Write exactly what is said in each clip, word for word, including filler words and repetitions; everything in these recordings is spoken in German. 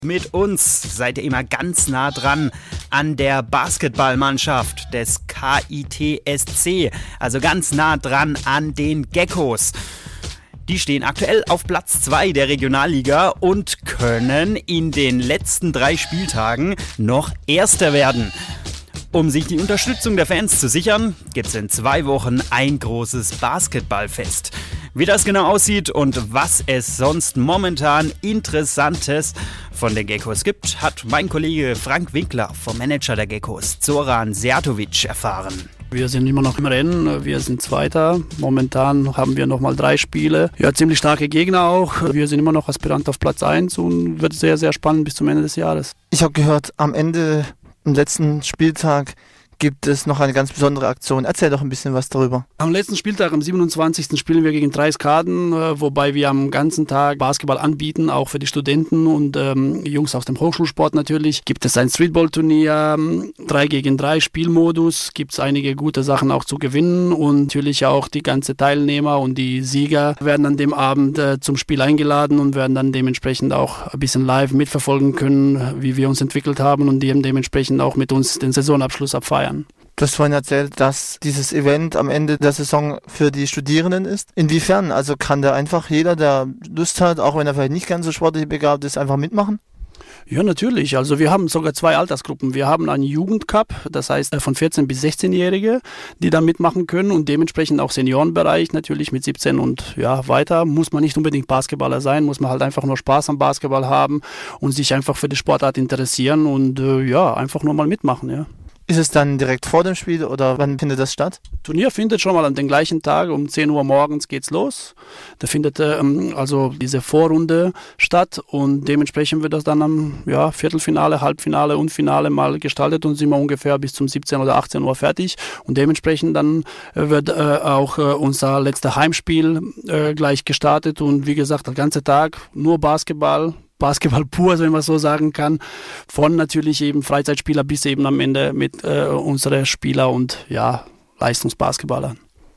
Mit uns seid ihr immer ganz nah dran an der Basketballmannschaft des K I T S C, also ganz nah dran an den Geckos. Die stehen aktuell auf Platz zwei der Regionalliga und können in den letzten drei Spieltagen noch Erster werden. Um sich die Unterstützung der Fans zu sichern, gibt es in zwei Wochen ein großes Basketballfest. Wie das genau aussieht und was es sonst momentan Interessantes von den Geckos gibt, hat mein Kollege Frank Winkler vom Manager der Geckos, Zoran Sertovic, erfahren. Wir sind immer noch im Rennen, wir sind Zweiter. Momentan haben wir nochmal drei Spiele. Ja, ziemlich starke Gegner auch. Wir sind immer noch Aspirant auf Platz eins und wird sehr, sehr spannend bis zum Ende des Jahres. Ich habe gehört, am Ende, am letzten Spieltag, gibt es noch eine ganz besondere Aktion. Erzähl doch ein bisschen was darüber. Am letzten Spieltag, am siebenundzwanzigsten spielen wir gegen Dreiskaden, wobei wir am ganzen Tag Basketball anbieten, auch für die Studenten und ähm, Jungs aus dem Hochschulsport natürlich. Gibt es ein Streetball-Turnier, drei gegen drei Spielmodus, gibt es einige gute Sachen auch zu gewinnen und natürlich auch die ganzen Teilnehmer und die Sieger werden an dem Abend äh, zum Spiel eingeladen und werden dann dementsprechend auch ein bisschen live mitverfolgen können, wie wir uns entwickelt haben und die dementsprechend auch mit uns den Saisonabschluss abfeiern. Du hast vorhin erzählt, dass dieses Event am Ende der Saison für die Studierenden ist. Inwiefern? Also kann da einfach jeder, der Lust hat, auch wenn er vielleicht nicht ganz so sportlich begabt ist, einfach mitmachen? Ja, natürlich. Also wir haben sogar zwei Altersgruppen. Wir haben einen Jugendcup, das heißt von vierzehn bis sechzehn-Jährige, die da mitmachen können und dementsprechend auch Seniorenbereich natürlich mit siebzehn und ja weiter. Muss man nicht unbedingt Basketballer sein, muss man halt einfach nur Spaß am Basketball haben und sich einfach für die Sportart interessieren und äh, ja, einfach nur mal mitmachen, ja. Ist es dann direkt vor dem Spiel oder wann findet das statt? Turnier findet schon mal an den gleichen Tag, um zehn Uhr morgens geht's los. Da findet ähm, also diese Vorrunde statt und dementsprechend wird das dann am ja, Viertelfinale, Halbfinale und Finale mal gestaltet und sind wir ungefähr bis zum siebzehn oder achtzehn Uhr fertig. Und dementsprechend dann äh, wird äh, auch äh, unser letzter Heimspiel äh, gleich gestartet und wie gesagt, der ganze Tag nur Basketball. Basketball pur, wenn man so sagen kann, von natürlich eben Freizeitspieler bis eben am Ende mit äh, unseren Spieler und ja, Leistungsbasketballern.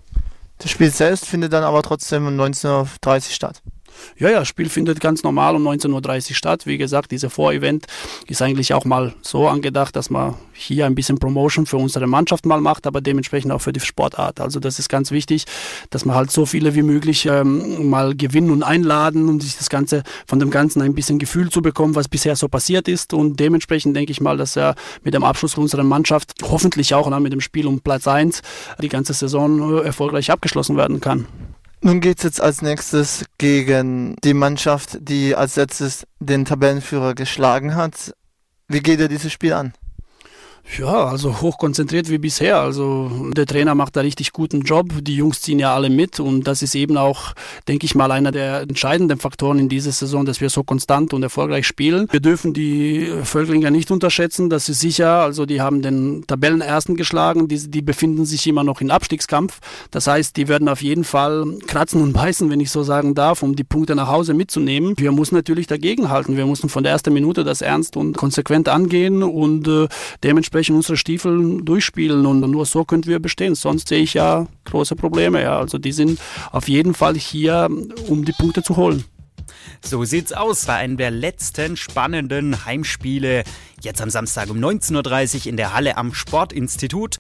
Das Spiel selbst findet dann aber trotzdem um neunzehn Uhr dreißig statt. Ja, ja, das Spiel findet ganz normal um neunzehn Uhr dreißig statt. Wie gesagt, dieses Vorevent ist eigentlich auch mal so angedacht, dass man hier ein bisschen Promotion für unsere Mannschaft mal macht, aber dementsprechend auch für die Sportart. Also das ist ganz wichtig, dass man halt so viele wie möglich ähm, mal gewinnen und einladen, um sich das Ganze von dem Ganzen ein bisschen Gefühl zu bekommen, was bisher so passiert ist. Und dementsprechend denke ich mal, dass er mit dem Abschluss unserer Mannschaft hoffentlich auch dann mit dem Spiel um Platz eins die ganze Saison äh, erfolgreich abgeschlossen werden kann. Nun geht es jetzt als nächstes gegen die Mannschaft, die als letztes den Tabellenführer geschlagen hat. Wie geht ihr dieses Spiel an? Ja, also hochkonzentriert wie bisher. Also der Trainer macht da richtig guten Job. Die Jungs ziehen ja alle mit und das ist eben auch, denke ich mal, einer der entscheidenden Faktoren in dieser Saison, dass wir so konstant und erfolgreich spielen. Wir dürfen die Völklinger nicht unterschätzen, das ist sicher. Also die haben den Tabellenersten geschlagen, die, die befinden sich immer noch in Abstiegskampf. Das heißt, die werden auf jeden Fall kratzen und beißen, wenn ich so sagen darf, um die Punkte nach Hause mitzunehmen. Wir müssen natürlich dagegenhalten. Wir müssen von der ersten Minute das ernst und konsequent angehen und äh, dementsprechend unsere Stiefel durchspielen und nur so können wir bestehen. Sonst sehe ich ja große Probleme. Ja. Also die sind auf jeden Fall hier, um die Punkte zu holen. So sieht's aus bei einem der letzten spannenden Heimspiele. Jetzt am Samstag um neunzehn Uhr dreißig in der Halle am Sportinstitut.